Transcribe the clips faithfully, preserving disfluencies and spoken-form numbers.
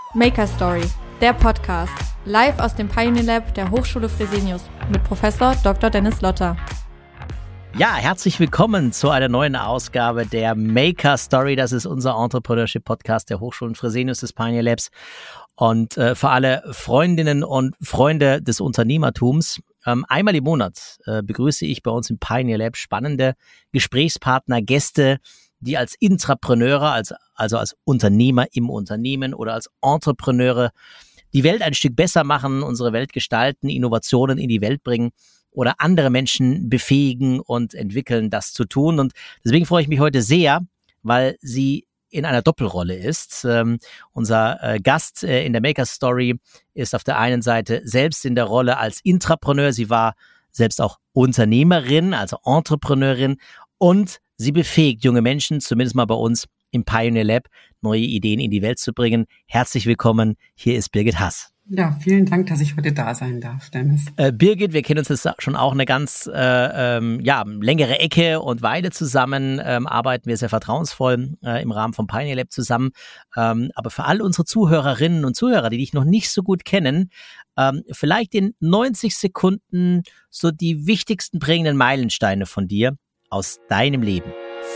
Maker Story, der Podcast, live aus dem Pioneer Lab der Hochschule Fresenius mit Professor Doktor Dennis Lotter. Ja, herzlich willkommen zu einer neuen Ausgabe der Maker Story. Das ist unser Entrepreneurship-Podcast der Hochschulen Fresenius des Pioneer Labs. Und äh, für alle Freundinnen und Freunde des Unternehmertums, ähm, einmal im Monat äh, begrüße ich bei uns im Pioneer Lab spannende Gesprächspartner, Gäste, die als Intrapreneure, als, also als Unternehmer im Unternehmen oder als Entrepreneure die Welt ein Stück besser machen, unsere Welt gestalten, Innovationen in die Welt bringen oder andere Menschen befähigen und entwickeln, das zu tun. Und deswegen freue ich mich heute sehr, weil sie in einer Doppelrolle ist. Ähm, unser äh, Gast äh, in der Maker Story ist auf der einen Seite selbst in der Rolle als Intrapreneur. Sie war selbst auch Unternehmerin, also Entrepreneurin, und sie befähigt junge Menschen, zumindest mal bei uns im Pioneer Lab, neue Ideen in die Welt zu bringen. Herzlich willkommen, hier ist Birgit Hass. Ja, vielen Dank, dass ich heute da sein darf, Dennis. Äh, Birgit, wir kennen uns jetzt schon auch eine ganz äh, ähm, ja, längere Ecke und Weile zusammen, ähm, arbeiten wir sehr vertrauensvoll äh, im Rahmen vom Pioneer Lab zusammen. Ähm, aber für all unsere Zuhörerinnen und Zuhörer, die dich noch nicht so gut kennen, ähm, vielleicht in neunzig Sekunden so die wichtigsten prägenden Meilensteine von dir aus deinem Leben.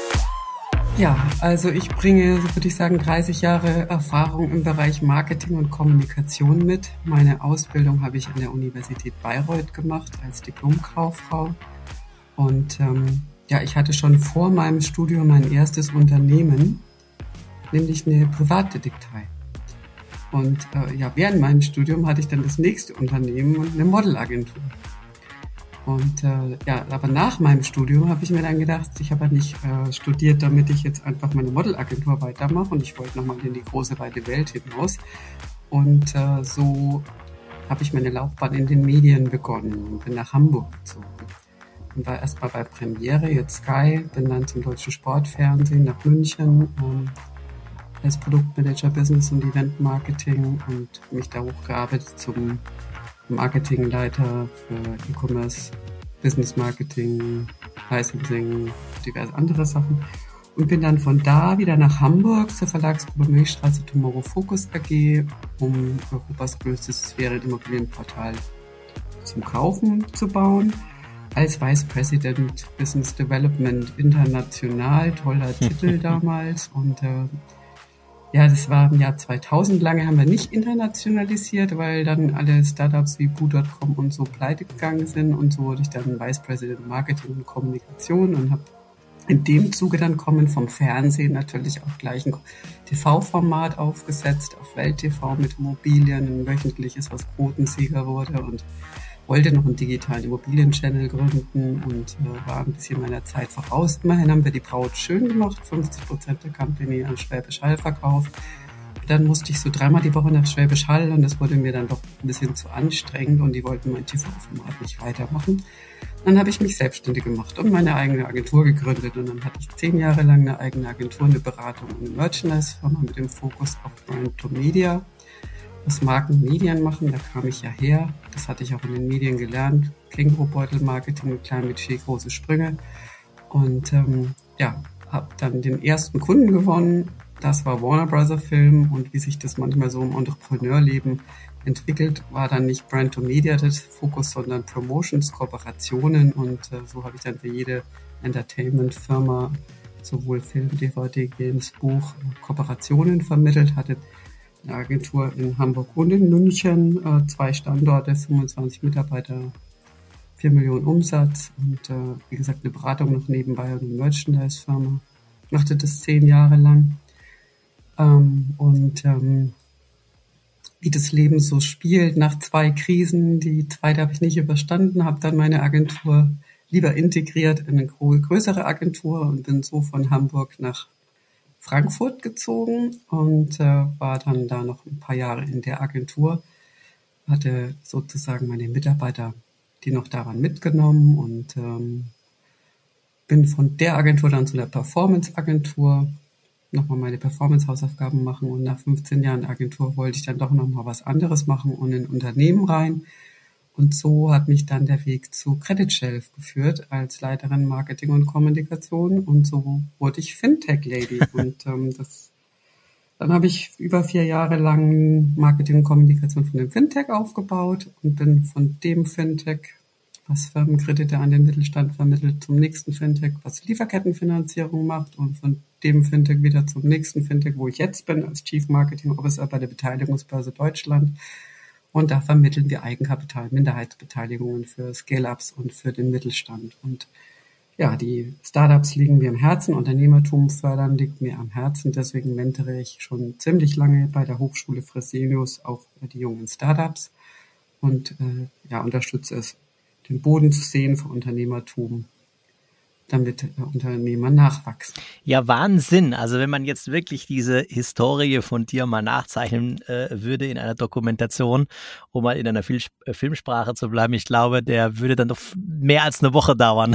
Ja, also ich bringe, so würde ich sagen, dreißig Jahre Erfahrung im Bereich Marketing und Kommunikation mit. Meine Ausbildung habe ich an der Universität Bayreuth gemacht als Diplomkauffrau. Und ähm, ja, ich hatte schon vor meinem Studium mein erstes Unternehmen, nämlich eine Privatdetektei. Und äh, ja, während meinem Studium hatte ich dann das nächste Unternehmen und eine Modelagentur. Und äh, ja, aber nach meinem Studium habe ich mir dann gedacht, ich habe ja nicht äh, studiert, damit ich jetzt einfach meine Modelagentur weitermache, und ich wollte nochmal in die große, weite Welt hinaus. Und äh, so habe ich meine Laufbahn in den Medien begonnen und bin nach Hamburg gezogen. Und war erstmal bei Premiere, jetzt Sky, bin dann zum Deutschen Sportfernsehen nach München ähm, als Produktmanager Business und Event Marketing und mich da hochgearbeitet zum Marketingleiter für E-Commerce, Business Marketing, Licensing, diverse andere Sachen. Und bin dann von da wieder nach Hamburg zur Verlagsgruppe Milchstraße Tomorrow Focus A G, um Europas größtes Sphärenimmobilienportal zum Kaufen zu bauen. Als Vice President Business Development international, toller Titel damals. Und äh, ja, das war im Jahr zweitausend. Lange haben wir nicht internationalisiert, weil dann alle Startups wie Boo Punkt com und so pleite gegangen sind. Und so wurde ich dann Vice President Marketing und Kommunikation und habe in dem Zuge dann kommen vom Fernsehen natürlich auch gleich ein T V-Format aufgesetzt, auf Welt T V mit Immobilien, ein wöchentliches, was Quotensieger wurde, und wollte noch einen digitalen Immobilien-Channel gründen und äh, war ein bisschen meiner Zeit voraus. Immerhin haben wir die Braut schön gemacht, fünfzig Prozent der Company an Schwäbisch Hall verkauft. Dann musste ich so dreimal die Woche nach Schwäbisch Hall, und das wurde mir dann doch ein bisschen zu anstrengend, und die wollten mein T V-Format nicht weitermachen. Dann habe ich mich selbstständig gemacht und meine eigene Agentur gegründet, und dann hatte ich zehn Jahre lang eine eigene Agentur, eine Beratung und eine Merchandise-Firma mit dem Fokus auf Brand to Media. Was Marken Medien machen, da kam ich ja her. Das hatte ich auch in den Medien gelernt. Kängurubeutel-Marketing mit kleinem Budget, große Sprünge. Und ähm, ja, habe dann den ersten Kunden gewonnen. Das war Warner Bros. Film. Und wie sich das manchmal so im Entrepreneurleben entwickelt, war dann nicht Brand to Media das Fokus, sondern Promotions, Kooperationen. Und äh, so habe ich dann für jede Entertainment-Firma sowohl Film, D V D, Games, Buch, Kooperationen vermittelt, hatte eine Agentur in Hamburg und in München, äh, zwei Standorte, fünfundzwanzig Mitarbeiter, vier Millionen Umsatz und äh, wie gesagt eine Beratung noch nebenbei und eine Merchandise-Firma. Ich machte das zehn Jahre lang. Ähm, und ähm, wie das Leben so spielt, nach zwei Krisen, die zweite habe ich nicht überstanden, habe dann meine Agentur lieber integriert in eine größere Agentur und bin so von Hamburg nach Frankfurt gezogen und äh, war dann da noch ein paar Jahre in der Agentur, hatte sozusagen meine Mitarbeiter, die noch da waren, mitgenommen und ähm, bin von der Agentur dann zu der Performance-Agentur, nochmal meine Performance-Hausaufgaben machen, und nach fünfzehn Jahren Agentur wollte ich dann doch nochmal was anderes machen und in ein Unternehmen rein. Und so hat mich dann der Weg zu Credit Shelf geführt als Leiterin Marketing und Kommunikation. Und so wurde ich Fintech-Lady. Und ähm, das Dann habe ich über vier Jahre lang Marketing und Kommunikation von dem Fintech aufgebaut und bin von dem Fintech, was Firmenkredite an den Mittelstand vermittelt, zum nächsten Fintech, was Lieferkettenfinanzierung macht, und von dem Fintech wieder zum nächsten Fintech, wo ich jetzt bin, als Chief Marketing Officer bei der Beteiligungsbörse Deutschland. Und da vermitteln wir Eigenkapital, Minderheitsbeteiligungen für Scale-Ups und für den Mittelstand. Und ja, die Startups liegen mir am Herzen, Unternehmertum fördern liegt mir am Herzen. Deswegen mentere ich schon ziemlich lange bei der Hochschule Fresenius auch die jungen Startups und äh, ja, unterstütze es, den Boden zu sehen für Unternehmertum, damit äh, Unternehmer nachwachsen. Ja, Wahnsinn. Also wenn man jetzt wirklich diese Historie von dir mal nachzeichnen äh, würde in einer Dokumentation, um mal in einer Fil- äh, Filmsprache zu bleiben, ich glaube, der würde dann doch mehr als eine Woche dauern.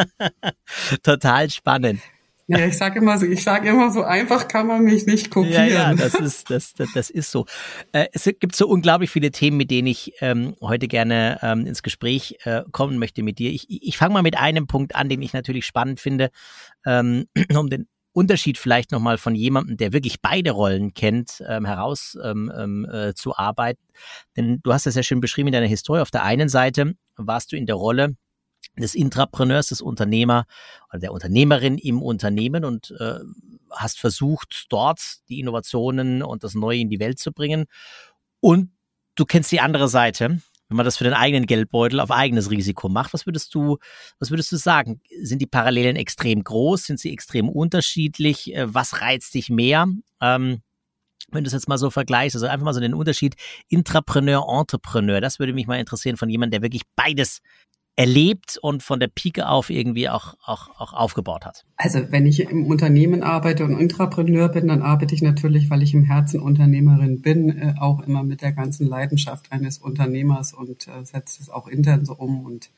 Total spannend. Ja, ich sage immer so, ich sage immer so, einfach kann man mich nicht kopieren. Ja, ja, das ist, das, das, das ist so. Äh, es gibt so unglaublich viele Themen, mit denen ich ähm, heute gerne ähm, ins Gespräch äh, kommen möchte mit dir. Ich, ich fange mal mit einem Punkt an, den ich natürlich spannend finde, ähm, um den Unterschied vielleicht nochmal von jemandem, der wirklich beide Rollen kennt, ähm, heraus ähm, äh, zu arbeiten. Denn du hast das ja schön beschrieben in deiner Historie. Auf der einen Seite warst du in der Rolle des Intrapreneurs, des Unternehmer oder der Unternehmerin im Unternehmen und äh, hast versucht, dort die Innovationen und das Neue in die Welt zu bringen. Und du kennst die andere Seite, wenn man das für den eigenen Geldbeutel auf eigenes Risiko macht. Was würdest du, was würdest du sagen? Sind die Parallelen extrem groß? Sind sie extrem unterschiedlich? Was reizt dich mehr? Ähm, wenn du es jetzt mal so vergleichst, also einfach mal so den Unterschied Intrapreneur, Entrepreneur, das würde mich mal interessieren von jemandem, der wirklich beides erlebt und von der Pike auf irgendwie auch, auch, auch aufgebaut hat? Also wenn ich im Unternehmen arbeite und Intrapreneur bin, dann arbeite ich natürlich, weil ich im Herzen Unternehmerin bin, auch immer mit der ganzen Leidenschaft eines Unternehmers und äh, setze es auch intern so um. Und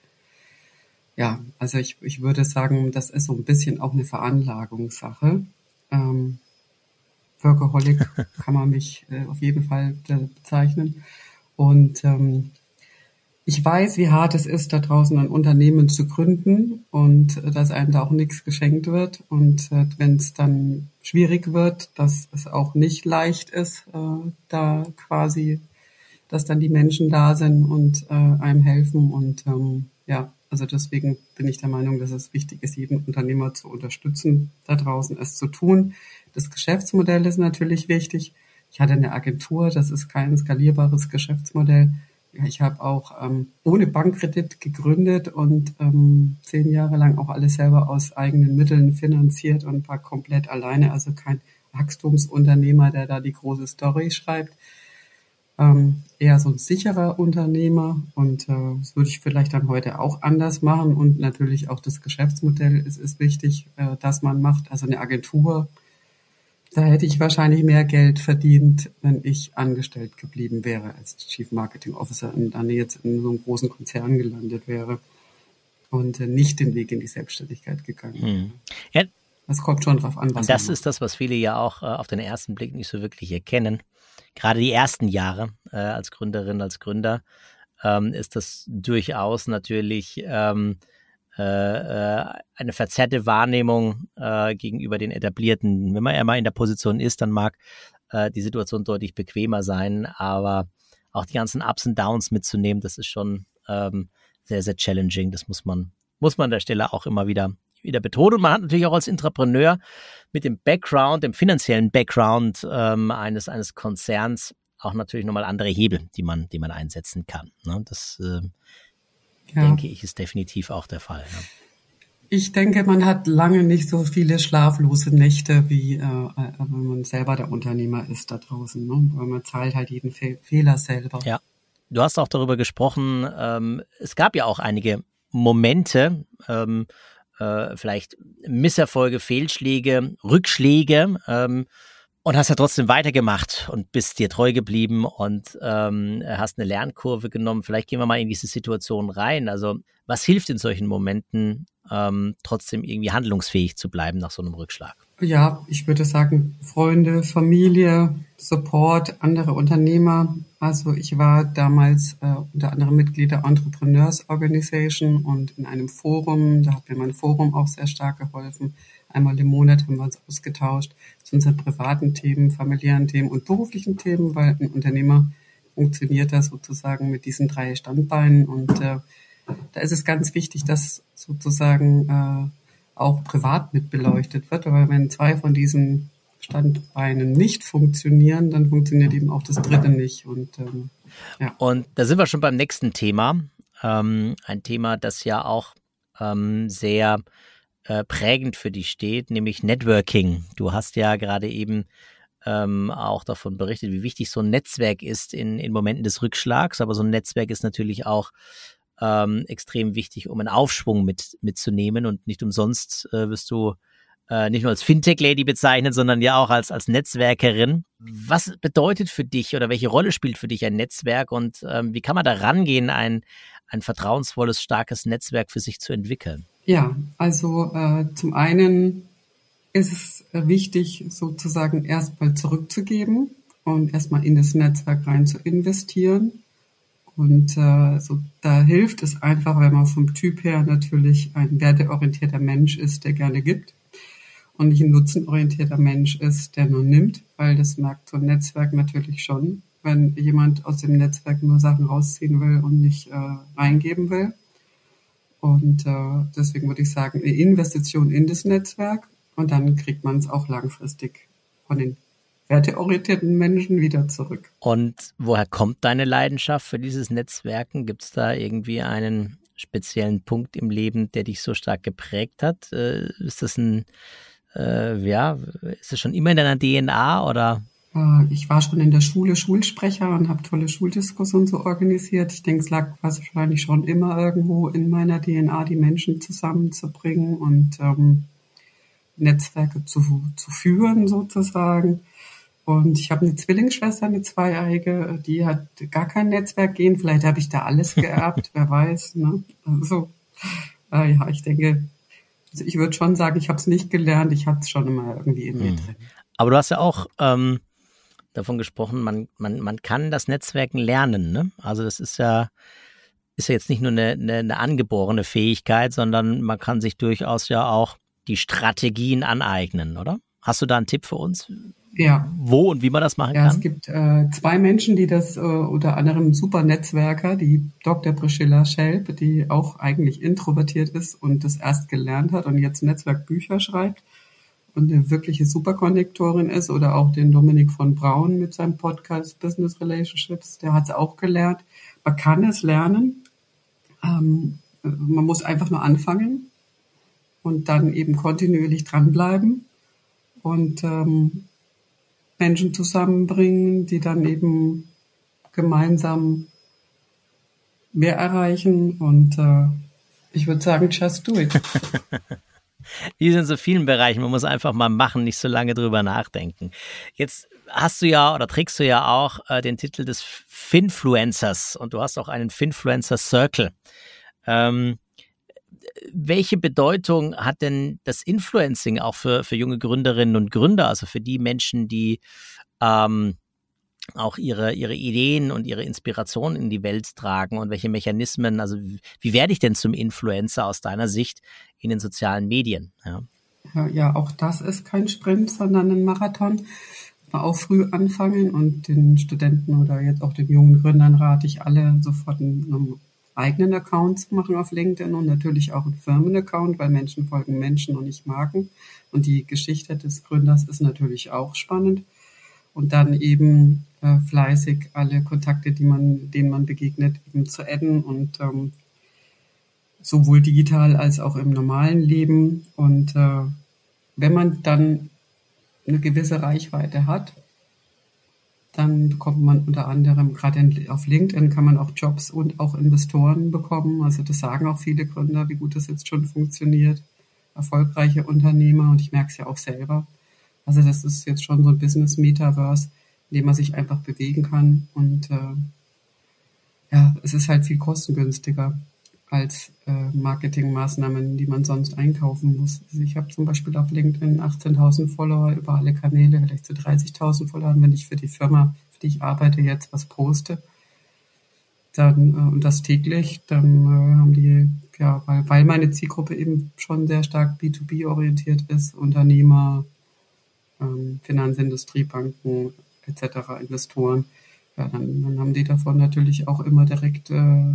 ja, also ich, ich würde sagen, das ist so ein bisschen auch eine Veranlagungssache. Ähm, Workaholic kann man mich äh, auf jeden Fall äh, bezeichnen. Und ähm, ich weiß, wie hart es ist, da draußen ein Unternehmen zu gründen und äh, dass einem da auch nichts geschenkt wird. Und äh, wenn es dann schwierig wird, dass es auch nicht leicht ist, äh, da quasi, dass dann die Menschen da sind und äh, einem helfen. Und ähm, ja, also deswegen bin ich der Meinung, dass es wichtig ist, jeden Unternehmer zu unterstützen, da draußen es zu tun. Das Geschäftsmodell ist natürlich wichtig. Ich hatte eine Agentur, das ist kein skalierbares Geschäftsmodell. Ja, ich habe auch ähm, ohne Bankkredit gegründet und ähm, zehn Jahre lang auch alles selber aus eigenen Mitteln finanziert und war komplett alleine, also kein Wachstumsunternehmer, der da die große Story schreibt. Ähm, eher so ein sicherer Unternehmer und äh, das würde ich vielleicht dann heute auch anders machen und natürlich auch das Geschäftsmodell ist, ist wichtig, äh, dass man macht, also eine Agentur. Da hätte ich wahrscheinlich mehr Geld verdient, wenn ich angestellt geblieben wäre als Chief Marketing Officer und dann jetzt in so einem großen Konzern gelandet wäre und nicht den Weg in die Selbstständigkeit gegangen wäre. Hm. Ja, das kommt schon drauf an, was und das man ist das, was viele ja auch äh, auf den ersten Blick nicht so wirklich erkennen. Gerade die ersten Jahre äh, als Gründerin, als Gründer ähm, ist das durchaus natürlich ähm, eine verzerrte Wahrnehmung äh, gegenüber den Etablierten. Wenn man ja mal in der Position ist, dann mag äh, die Situation deutlich bequemer sein, aber auch die ganzen Ups und Downs mitzunehmen, das ist schon ähm, sehr, sehr challenging. Das muss man, muss man an der Stelle auch immer wieder, wieder betonen. Und man hat natürlich auch als Intrapreneur mit dem Background, dem finanziellen Background ähm, eines, eines Konzerns auch natürlich nochmal andere Hebel, die man, die man einsetzen kann. Ne? Das äh, Ja. denke ich, ist definitiv auch der Fall. Ja. Ich denke, man hat lange nicht so viele schlaflose Nächte, wie äh, wenn man selber der Unternehmer ist da draußen. Ne? Weil man zahlt halt jeden Fe- Fehler selber. Ja, du hast auch darüber gesprochen, ähm, es gab ja auch einige Momente, ähm, äh, vielleicht Misserfolge, Fehlschläge, Rückschläge, ähm, und hast ja trotzdem weitergemacht und bist dir treu geblieben und ähm, hast eine Lernkurve genommen. Vielleicht gehen wir mal in diese Situation rein. Also was hilft in solchen Momenten, ähm, trotzdem irgendwie handlungsfähig zu bleiben nach so einem Rückschlag? Ja, ich würde sagen, Freunde, Familie, Support, andere Unternehmer. Also ich war damals äh, unter anderem Mitglied der Entrepreneurs Organization und in einem Forum, da hat mir mein Forum auch sehr stark geholfen. Einmal im Monat haben wir uns ausgetauscht zu unseren privaten Themen, familiären Themen und beruflichen Themen, weil ein Unternehmer funktioniert das sozusagen mit diesen drei Standbeinen. Und äh, da ist es ganz wichtig, dass sozusagen äh, auch privat mit beleuchtet wird. Aber wenn zwei von diesen Standbeinen nicht funktionieren, dann funktioniert eben auch das dritte nicht. Und, ähm, ja. Und da sind wir schon beim nächsten Thema. Ähm, ein Thema, das ja auch ähm, sehr äh, prägend für dich steht, nämlich Networking. Du hast ja gerade eben ähm, auch davon berichtet, wie wichtig so ein Netzwerk ist in, in Momenten des Rückschlags. Aber so ein Netzwerk ist natürlich auch ähm, extrem wichtig, um einen Aufschwung mit, mitzunehmen. Und nicht umsonst äh, wirst du äh, nicht nur als Fintech-Lady bezeichnet, sondern ja auch als, als Netzwerkerin. Was bedeutet für dich oder welche Rolle spielt für dich ein Netzwerk und ähm, wie kann man da rangehen, ein, ein vertrauensvolles, starkes Netzwerk für sich zu entwickeln? Ja, also äh, zum einen ist es äh, wichtig, sozusagen erstmal zurückzugeben und erstmal in das Netzwerk rein zu investieren. Und äh, so, da hilft es einfach, wenn man vom Typ her natürlich ein werteorientierter Mensch ist, der gerne gibt und nicht ein nutzenorientierter Mensch ist, der nur nimmt, weil das merkt so ein Netzwerk natürlich schon, wenn jemand aus dem Netzwerk nur Sachen rausziehen will und nicht äh, reingeben will. Und äh, deswegen würde ich sagen, eine Investition in das Netzwerk und dann kriegt man es auch langfristig von den werteorientierten Menschen wieder zurück. Und woher kommt deine Leidenschaft für dieses Netzwerken? Gibt es da irgendwie einen speziellen Punkt im Leben, der dich so stark geprägt hat? Äh, ist das ein, äh, ja, ist das schon immer in deiner D N A oder? Ich war schon in der Schule Schulsprecher und habe tolle Schuldiskussionen so organisiert. Ich denke, es lag wahrscheinlich schon immer irgendwo in meiner D N A, die Menschen zusammenzubringen und ähm, Netzwerke zu, zu führen sozusagen. Und ich habe eine Zwillingsschwester, eine Zweijährige, die hat gar kein Netzwerk gehen. Vielleicht habe ich da alles geerbt, wer weiß. Ne? Also äh, ja, ich denke, also ich würde schon sagen, ich habe es nicht gelernt, ich hatte es schon immer irgendwie in mir drin. Aber du hast ja auch ähm, davon gesprochen, man, man, man kann das Netzwerken lernen, ne? Also das ist ja, ist ja jetzt nicht nur eine, eine, eine angeborene Fähigkeit, sondern man kann sich durchaus ja auch die Strategien aneignen, oder? Hast du da einen Tipp für uns? Ja. Wo und wie man das machen ja, kann? Es gibt äh, zwei Menschen, die das, äh, unter anderem super Netzwerker, die Doktor Priscilla Schelp, die auch eigentlich introvertiert ist und das erst gelernt hat und jetzt Netzwerkbücher schreibt und eine wirkliche Superkonnektorin ist, oder auch den Dominik von Braun mit seinem Podcast Business Relationships, der hat es auch gelernt. Man kann es lernen, ähm, man muss einfach nur anfangen und dann eben kontinuierlich dranbleiben und ähm, Menschen zusammenbringen, die dann eben gemeinsam mehr erreichen. Und äh, ich würde sagen, just do it. Wie in so vielen Bereichen, man muss einfach mal machen, nicht so lange drüber nachdenken. Jetzt hast du ja oder trägst du ja auch äh, den Titel des Finfluencers und du hast auch einen Finfluencer Circle. Ähm, welche Bedeutung hat denn das Influencing auch für, für junge Gründerinnen und Gründer, also für die Menschen, die ähm, auch ihre, ihre Ideen und ihre Inspirationen in die Welt tragen und welche Mechanismen, also wie, wie werde ich denn zum Influencer aus deiner Sicht in den sozialen Medien? Ja, ja, ja auch das ist kein Sprint, sondern ein Marathon. Mal auch früh anfangen und den Studenten oder jetzt auch den jungen Gründern rate ich alle, sofort einen eigenen Account zu machen auf LinkedIn und natürlich auch einen Firmenaccount, weil Menschen folgen Menschen und nicht Marken. Und die Geschichte des Gründers ist natürlich auch spannend. Und dann eben äh, fleißig alle Kontakte, die man, denen man begegnet, eben zu adden und ähm, sowohl digital als auch im normalen Leben. Und äh, wenn man dann eine gewisse Reichweite hat, dann bekommt man unter anderem, gerade auf LinkedIn kann man auch Jobs und auch Investoren bekommen. Also das sagen auch viele Gründer, wie gut das jetzt schon funktioniert. Erfolgreiche Unternehmer, und ich merke es ja auch selber. Also das ist jetzt schon so ein Business-Metaverse, in dem man sich einfach bewegen kann. Und äh, ja, es ist halt viel kostengünstiger als äh, Marketingmaßnahmen, die man sonst einkaufen muss. Also ich habe zum Beispiel auf LinkedIn achtzehntausend Follower über alle Kanäle, vielleicht zu dreißigtausend Follower, wenn ich für die Firma, für die ich arbeite, jetzt was poste. dann äh, und das täglich, dann äh, haben die, ja, weil, weil meine Zielgruppe eben schon sehr stark B zwei B orientiert ist, Unternehmer, ähm, Finanzindustrie, Banken et cetera, Investoren, ja, dann, dann haben die davon natürlich auch immer direkt äh,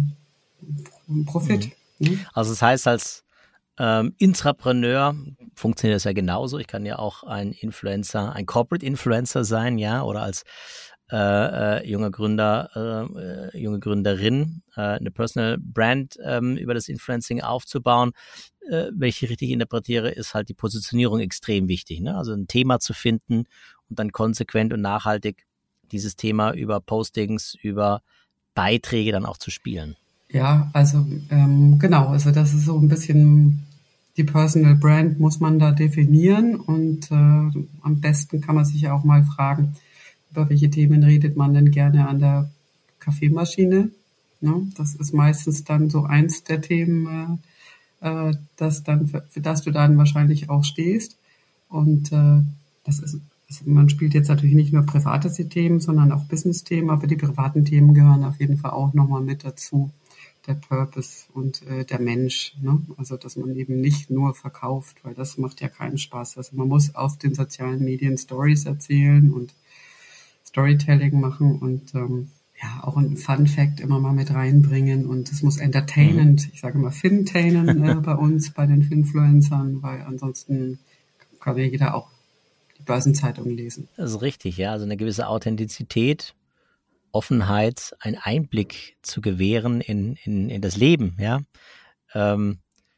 Profit. Mhm. Ne? Also das heißt, als ähm, Intrapreneur funktioniert das ja genauso. Ich kann ja auch ein Influencer, ein Corporate Influencer sein, ja, oder als äh, äh, junger Gründer, äh, junge Gründerin äh, eine Personal Brand ähm, über das Influencing aufzubauen. Äh, wenn ich richtig interpretiere, ist halt die Positionierung extrem wichtig, ne? Also ein Thema zu finden und dann konsequent und nachhaltig dieses Thema über Postings, über Beiträge dann auch zu spielen. Ja, also ähm, genau, also das ist so ein bisschen die Personal Brand muss man da definieren und äh, am besten kann man sich ja auch mal fragen, über welche Themen redet man denn gerne an der Kaffeemaschine. Ne? Das ist meistens dann so eins der Themen, äh, das dann für, für das du dann wahrscheinlich auch stehst. Und äh, das ist, also man spielt jetzt natürlich nicht nur private Themen, sondern auch Business-Themen, aber die privaten Themen gehören auf jeden Fall auch nochmal mit dazu. Der Purpose und äh, der Mensch, ne? Also dass man eben nicht nur verkauft, weil das macht ja keinen Spaß. Also man muss auf den sozialen Medien Stories erzählen und Storytelling machen und ähm, ja auch ein Fun Fact immer mal mit reinbringen und es muss entertainend, ich sage mal fintainen äh, bei uns, bei den Finfluencern, weil ansonsten kann ja jeder auch die Börsenzeitung lesen. Das ist richtig, ja, also eine gewisse Authentizität, Offenheit, einen Einblick zu gewähren in, in, in das Leben, ja. Ähm,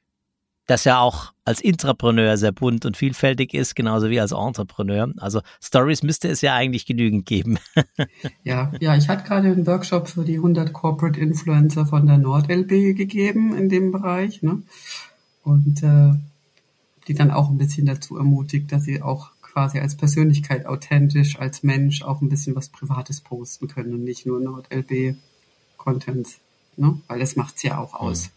das ja auch als Intrapreneur sehr bunt und vielfältig ist, genauso wie als Entrepreneur. Also Stories müsste es ja eigentlich genügend geben. Ja, ja, ich hatte gerade einen Workshop für die hundert Corporate Influencer von der NordLB gegeben in dem Bereich, ne? Und äh, die dann auch ein bisschen dazu ermutigt, dass sie auch quasi als Persönlichkeit authentisch, als Mensch auch ein bisschen was Privates posten können und nicht nur NordLB-Content, ne? Weil das macht's ja auch aus. Mhm.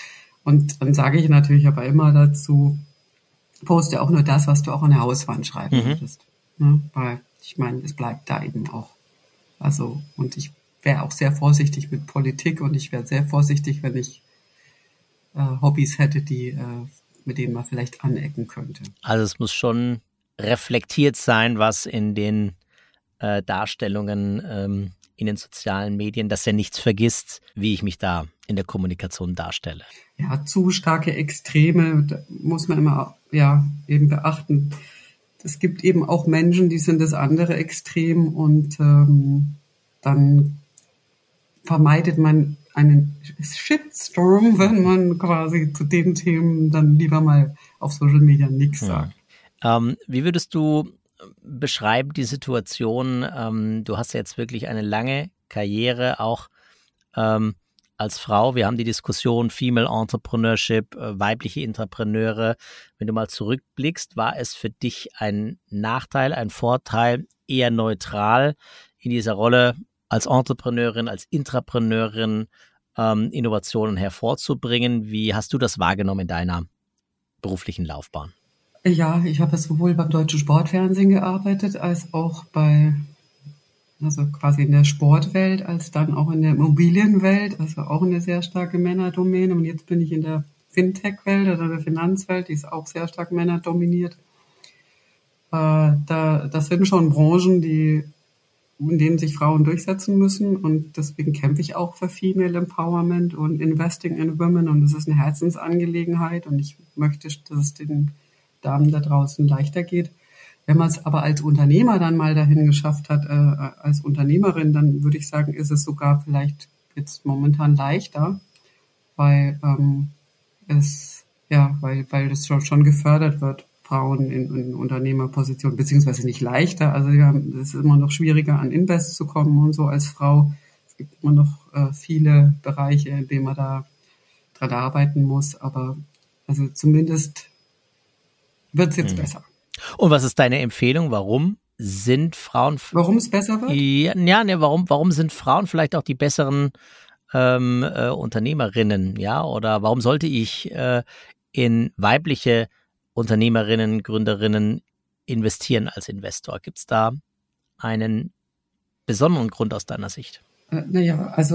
Und dann sage ich natürlich aber immer dazu, poste auch nur das, was du auch an der Hauswand schreiben mhm. würdest. Ne? Weil ich meine, es bleibt da eben auch. Also, und ich wäre auch sehr vorsichtig mit Politik und ich wäre sehr vorsichtig, wenn ich äh, Hobbys hätte, die äh, mit denen man vielleicht anecken könnte. Also es muss schon reflektiert sein, was in den äh, Darstellungen ähm, in den sozialen Medien, dass er nichts vergisst, wie ich mich da in der Kommunikation darstelle. Ja, zu starke Extreme da muss man immer ja eben beachten. Es gibt eben auch Menschen, die sind das andere Extrem und ähm, dann vermeidet man einen Shitstorm, wenn man quasi zu den Themen dann lieber mal auf Social Media nichts sagt. Ja. Ähm, wie würdest du beschreiben die Situation? Ähm, du hast ja jetzt wirklich eine lange Karriere auch ähm, als Frau. Wir haben die Diskussion Female Entrepreneurship, äh, weibliche Intrapreneure. Wenn du mal zurückblickst, war es für dich ein Nachteil, ein Vorteil, eher neutral in dieser Rolle als Entrepreneurin, als Intrapreneurin ähm, Innovationen hervorzubringen? Wie hast du das wahrgenommen in deiner beruflichen Laufbahn? Ja, ich habe sowohl beim Deutschen Sportfernsehen gearbeitet, als auch bei, also quasi in der Sportwelt, als dann auch in der Immobilienwelt, also auch eine sehr starke Männerdomäne. Und jetzt bin ich in der Fintech-Welt oder der Finanzwelt, die ist auch sehr stark männerdominiert. Äh, da, das sind schon Branchen, die, in denen sich Frauen durchsetzen müssen. Und deswegen kämpfe ich auch für Female Empowerment und Investing in Women. Und das ist eine Herzensangelegenheit. Und ich möchte, dass es den Damen da draußen leichter geht. Wenn man es aber als Unternehmer dann mal dahin geschafft hat, äh, als Unternehmerin, dann würde ich sagen, ist es sogar vielleicht jetzt momentan leichter, weil ähm, es ja, weil weil das schon, schon gefördert wird, Frauen in, in Unternehmerpositionen, beziehungsweise nicht leichter. Also ja, es ist immer noch schwieriger, an Invest zu kommen und so als Frau. Es gibt immer noch äh, viele Bereiche, in denen man da dran arbeiten muss, aber also zumindest wird es jetzt hm. besser. Und was ist deine Empfehlung? Warum sind Frauen... Warum es besser wird? Ja, ja ne, warum, warum sind Frauen vielleicht auch die besseren ähm, äh, Unternehmerinnen? Ja, oder warum sollte ich äh, in weibliche Unternehmerinnen, Gründerinnen investieren als Investor? Gibt es da einen besonderen Grund aus deiner Sicht? Äh, naja, also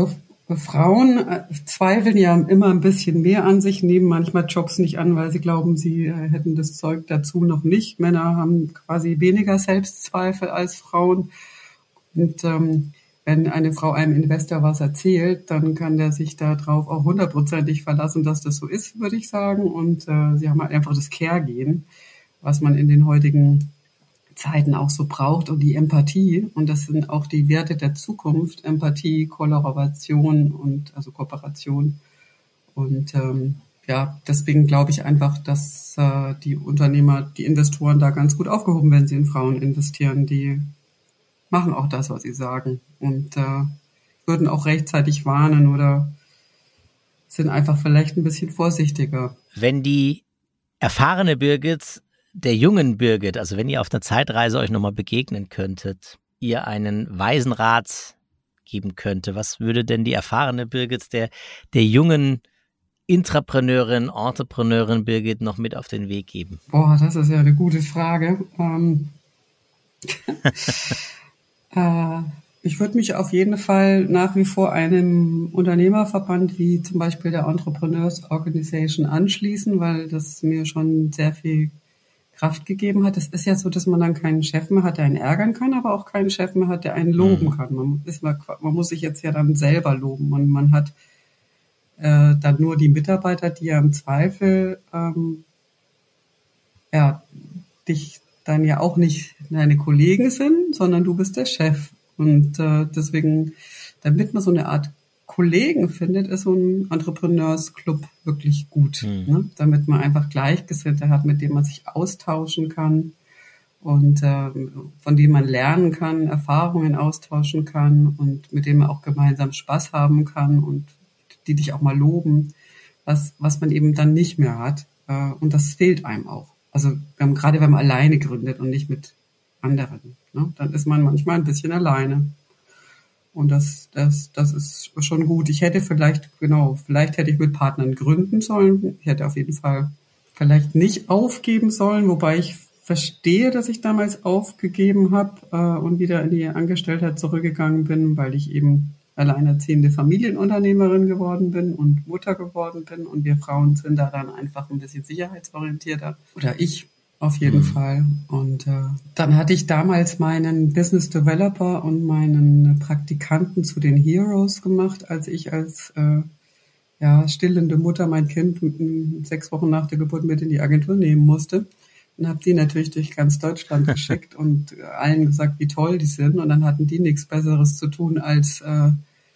Frauen äh, zweifeln ja immer ein bisschen mehr an sich, nehmen manchmal Jobs nicht an, weil sie glauben, sie äh, hätten das Zeug dazu noch nicht. Männer haben quasi weniger Selbstzweifel als Frauen. Und ähm, wenn eine Frau einem Investor was erzählt, dann kann der sich darauf auch hundertprozentig verlassen, dass das so ist, würde ich sagen. Und äh, sie haben halt einfach das Care-Gehen, was man in den heutigen Zeiten auch so braucht, und die Empathie. Und das sind auch die Werte der Zukunft: Empathie, Kollaboration und also Kooperation. Und ähm, ja, deswegen glaube ich einfach, dass äh, die Unternehmer, die Investoren da ganz gut aufgehoben werden, wenn sie in Frauen investieren. Die machen auch das, was sie sagen, und äh, würden auch rechtzeitig warnen oder sind einfach vielleicht ein bisschen vorsichtiger. Wenn die erfahrene Birgit der jungen Birgit, also wenn ihr auf einer Zeitreise euch nochmal begegnen könntet, ihr einen weisen Rat geben könnte, was würde denn die erfahrene Birgit der, der jungen Intrapreneurin, Entrepreneurin Birgit noch mit auf den Weg geben? Boah, das ist ja eine gute Frage. Ähm, äh, ich würde mich auf jeden Fall nach wie vor einem Unternehmerverband wie zum Beispiel der Entrepreneurs Organization anschließen, weil das mir schon sehr viel Kraft gegeben hat. Es ist ja so, dass man dann keinen Chef mehr hat, der einen ärgern kann, aber auch keinen Chef mehr hat, der einen loben kann. Man, ist mal, man muss sich jetzt ja dann selber loben, und man hat äh, dann nur die Mitarbeiter, die ja im Zweifel ähm, ja, dich dann ja auch nicht deine Kollegen sind, sondern du bist der Chef. Und äh, deswegen, damit man so eine Art Kollegen findet, ist so ein Entrepreneurs-Club wirklich gut, mhm. ne? Damit man einfach Gleichgesinnte hat, mit denen man sich austauschen kann und äh, von denen man lernen kann, Erfahrungen austauschen kann und mit denen man auch gemeinsam Spaß haben kann und die dich auch mal loben, was was man eben dann nicht mehr hat. Äh, und das fehlt einem auch. Also ähm, gerade wenn man alleine gründet und nicht mit anderen, ne? Dann ist man manchmal ein bisschen alleine. Und das, das, das ist schon gut. Ich hätte vielleicht, genau, vielleicht hätte ich mit Partnern gründen sollen. Ich hätte auf jeden Fall vielleicht nicht aufgeben sollen, wobei ich verstehe, dass ich damals aufgegeben habe äh, und wieder in die Angestelltheit zurückgegangen bin, weil ich eben alleinerziehende Familienunternehmerin geworden bin und Mutter geworden bin. Und wir Frauen sind da dann einfach ein bisschen sicherheitsorientierter. Oder ich. Auf jeden mhm. Fall. Und äh, dann hatte ich damals meinen Business Developer und meinen Praktikanten zu den Heroes gemacht, als ich als äh, ja, stillende Mutter mein Kind m- sechs Wochen nach der Geburt mit in die Agentur nehmen musste. Und habe die natürlich durch ganz Deutschland geschickt und allen gesagt, wie toll die sind. Und dann hatten die nichts Besseres zu tun, als äh,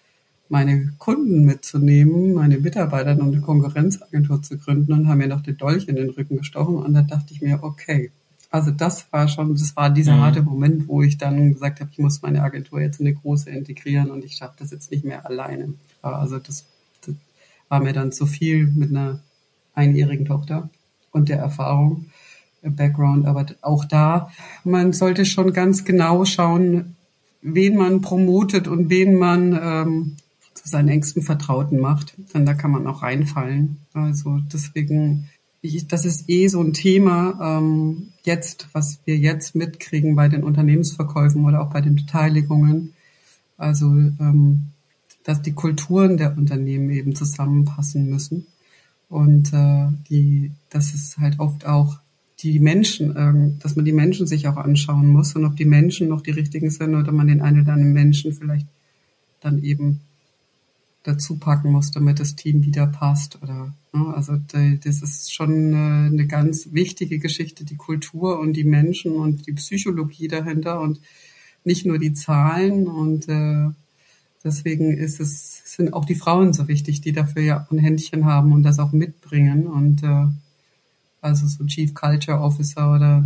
meine Kunden mitzunehmen, meine Mitarbeiter und eine Konkurrenzagentur zu gründen, und haben mir noch den Dolch in den Rücken gestochen. Und da dachte ich mir, okay, also das war schon, das war dieser mhm. harte Moment, wo ich dann gesagt habe, ich muss meine Agentur jetzt in eine große integrieren und ich schaffe das jetzt nicht mehr alleine. Also das, das war mir dann zu viel mit einer einjährigen Tochter und der Erfahrung, im Background. Aber auch da, man sollte schon ganz genau schauen, wen man promotet und wen man ähm, zu seinen engsten Vertrauten macht, denn da kann man auch reinfallen. Also deswegen, ich, das ist eh so ein Thema ähm, jetzt, was wir jetzt mitkriegen bei den Unternehmensverkäufen oder auch bei den Beteiligungen. Also ähm, dass die Kulturen der Unternehmen eben zusammenpassen müssen und äh, die, dass es halt oft auch die Menschen, ähm, dass man die Menschen sich auch anschauen muss und ob die Menschen noch die richtigen sind oder man den einen oder anderen Menschen vielleicht dann eben dazu packen muss, damit das Team wieder passt. Oder ne? Also das ist schon eine ganz wichtige Geschichte, die Kultur und die Menschen und die Psychologie dahinter und nicht nur die Zahlen. Und äh, deswegen ist es, sind auch die Frauen so wichtig, die dafür ja ein Händchen haben und das auch mitbringen. Und äh, also so Chief Culture Officer oder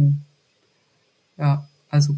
ja, also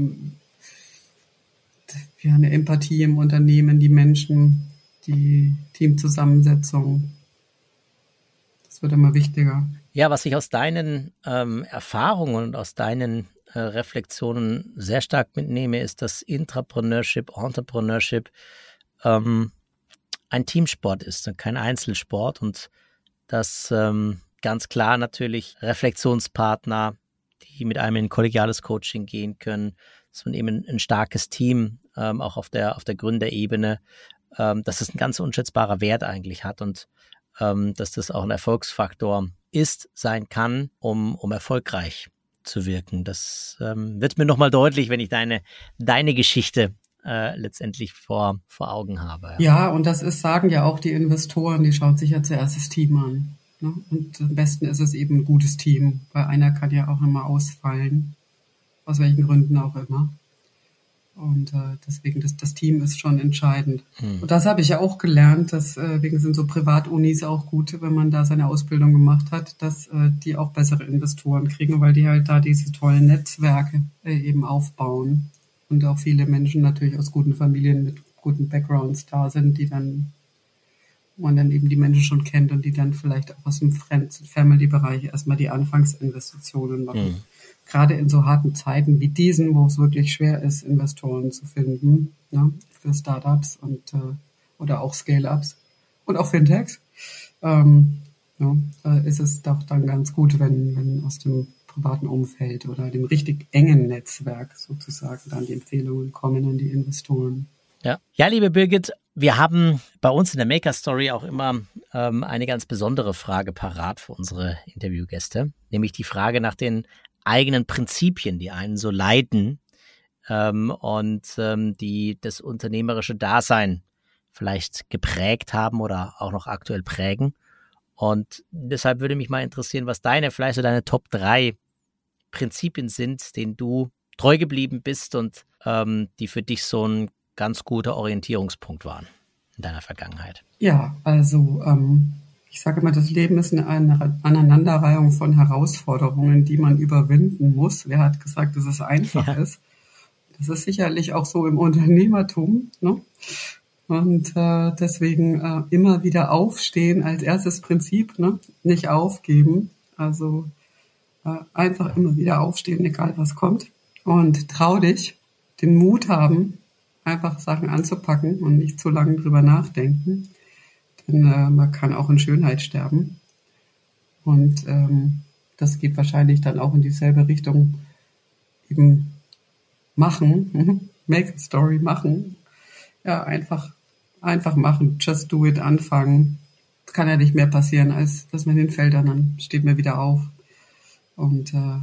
ja, eine Empathie im Unternehmen, die Menschen, die Teamzusammensetzung. Das wird immer wichtiger. Ja, was ich aus deinen ähm, Erfahrungen und aus deinen äh, Reflexionen sehr stark mitnehme, ist, dass Intrapreneurship, Entrepreneurship ähm, ein Teamsport ist und kein Einzelsport und dass ähm, ganz klar natürlich Reflexionspartner, die mit einem in kollegiales Coaching gehen können, dass man eben ein, ein starkes Team ähm, auch auf der auf der Gründerebene ähm, dass es ein ganz unschätzbarer Wert eigentlich hat und ähm, dass das auch ein Erfolgsfaktor ist, sein kann, um, um erfolgreich zu wirken. Das ähm, wird mir nochmal deutlich, wenn ich deine, deine Geschichte äh, letztendlich vor, vor Augen habe. Ja. ja, und das ist, sagen ja auch die Investoren, die schauen sich ja zuerst das Team an. Ne? Und am besten ist es eben ein gutes Team, weil einer kann ja auch immer ausfallen, aus welchen Gründen auch immer. Und äh, deswegen, das, das Team ist schon entscheidend. Hm. Und das habe ich ja auch gelernt, deswegen sind so Privatunis auch gut, wenn man da seine Ausbildung gemacht hat, dass äh, die auch bessere Investoren kriegen, weil die halt da diese tollen Netzwerke äh, eben aufbauen. Und auch viele Menschen natürlich aus guten Familien mit guten Backgrounds da sind, die dann, wo man dann eben die Menschen schon kennt und die dann vielleicht auch aus dem Friends- und Family-Bereich erstmal die Anfangsinvestitionen machen. Hm. Gerade in so harten Zeiten wie diesen, wo es wirklich schwer ist, Investoren zu finden, ne, für Startups und äh, oder auch Scale-Ups und auch Fintechs, ähm, ja, äh, ist es doch dann ganz gut, wenn, wenn aus dem privaten Umfeld oder dem richtig engen Netzwerk sozusagen dann die Empfehlungen kommen an die Investoren. Ja, ja, liebe Birgit, wir haben bei uns in der Maker Story auch immer ähm, eine ganz besondere Frage parat für unsere Interviewgäste, nämlich die Frage nach den eigenen Prinzipien, die einen so leiten ähm, und ähm, die das unternehmerische Dasein vielleicht geprägt haben oder auch noch aktuell prägen. Und deshalb würde mich mal interessieren, was deine, vielleicht so deine Top drei Prinzipien sind, denen du treu geblieben bist und ähm, die für dich so ein ganz guter Orientierungspunkt waren in deiner Vergangenheit. Ja, also ähm ich sage immer, das Leben ist eine Aneinanderreihung von Herausforderungen, die man überwinden muss. Wer hat gesagt, dass es einfach ja. ist? Das ist sicherlich auch so im Unternehmertum. Ne? Und äh, deswegen äh, immer wieder aufstehen als erstes Prinzip, ne? Nicht aufgeben. Also äh, einfach immer wieder aufstehen, egal was kommt. Und trau dich, den Mut haben, einfach Sachen anzupacken und nicht zu lange drüber nachdenken. Denn äh, man kann auch in Schönheit sterben. Und ähm, das geht wahrscheinlich dann auch in dieselbe Richtung. Eben machen, make a story, machen. Ja, einfach, einfach machen, just do it, anfangen. Es kann ja nicht mehr passieren, als dass man in den Feldern, dann steht man wieder auf. Und äh,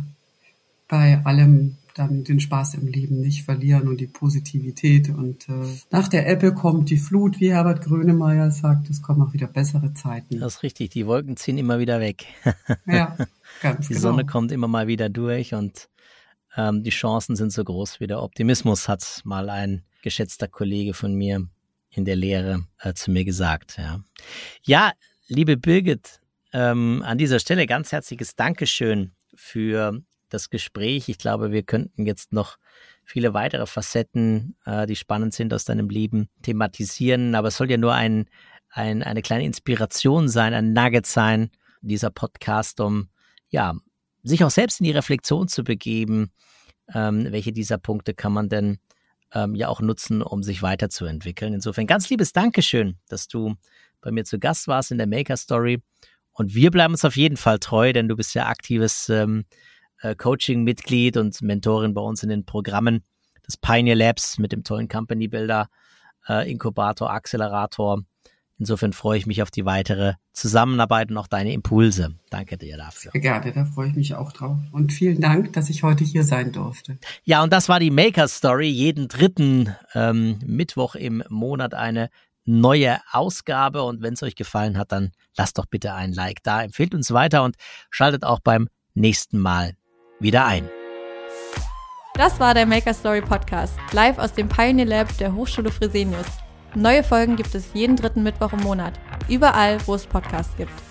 bei allem dann den Spaß im Leben nicht verlieren und die Positivität. Und äh, nach der Ebbe kommt die Flut, wie Herbert Grönemeyer sagt, es kommen auch wieder bessere Zeiten. Das ist richtig, die Wolken ziehen immer wieder weg. Ja, ganz Die genau. Sonne kommt immer mal wieder durch und ähm, die Chancen sind so groß wie der Optimismus, hat mal ein geschätzter Kollege von mir in der Lehre äh, zu mir gesagt. Ja, ja liebe Birgit, ähm, an dieser Stelle ganz herzliches Dankeschön für das Gespräch. Ich glaube, wir könnten jetzt noch viele weitere Facetten, äh, die spannend sind aus deinem Leben, thematisieren. Aber es soll ja nur ein, ein, eine kleine Inspiration sein, ein Nugget sein, dieser Podcast, um ja sich auch selbst in die Reflexion zu begeben. Ähm, welche dieser Punkte kann man denn ähm, ja auch nutzen, um sich weiterzuentwickeln? Insofern ganz liebes Dankeschön, dass du bei mir zu Gast warst in der Maker Story. Und wir bleiben uns auf jeden Fall treu, denn du bist ja aktives ähm, Coaching-Mitglied und Mentorin bei uns in den Programmen des Pioneer Labs mit dem tollen Company Builder, äh, Inkubator, Accelerator. Insofern freue ich mich auf die weitere Zusammenarbeit und auch deine Impulse. Danke dir dafür. Sehr gerne, da freue ich mich auch drauf. Und vielen Dank, dass ich heute hier sein durfte. Ja, und das war die Maker Story. Jeden dritten ähm, Mittwoch im Monat eine neue Ausgabe. Und wenn es euch gefallen hat, dann lasst doch bitte ein Like da. Empfehlt uns weiter und schaltet auch beim nächsten Mal wieder ein. Das war der Maker Story Podcast, live aus dem Pioneer Lab der Hochschule Fresenius. Neue Folgen gibt es jeden dritten Mittwoch im Monat, überall, wo es Podcasts gibt.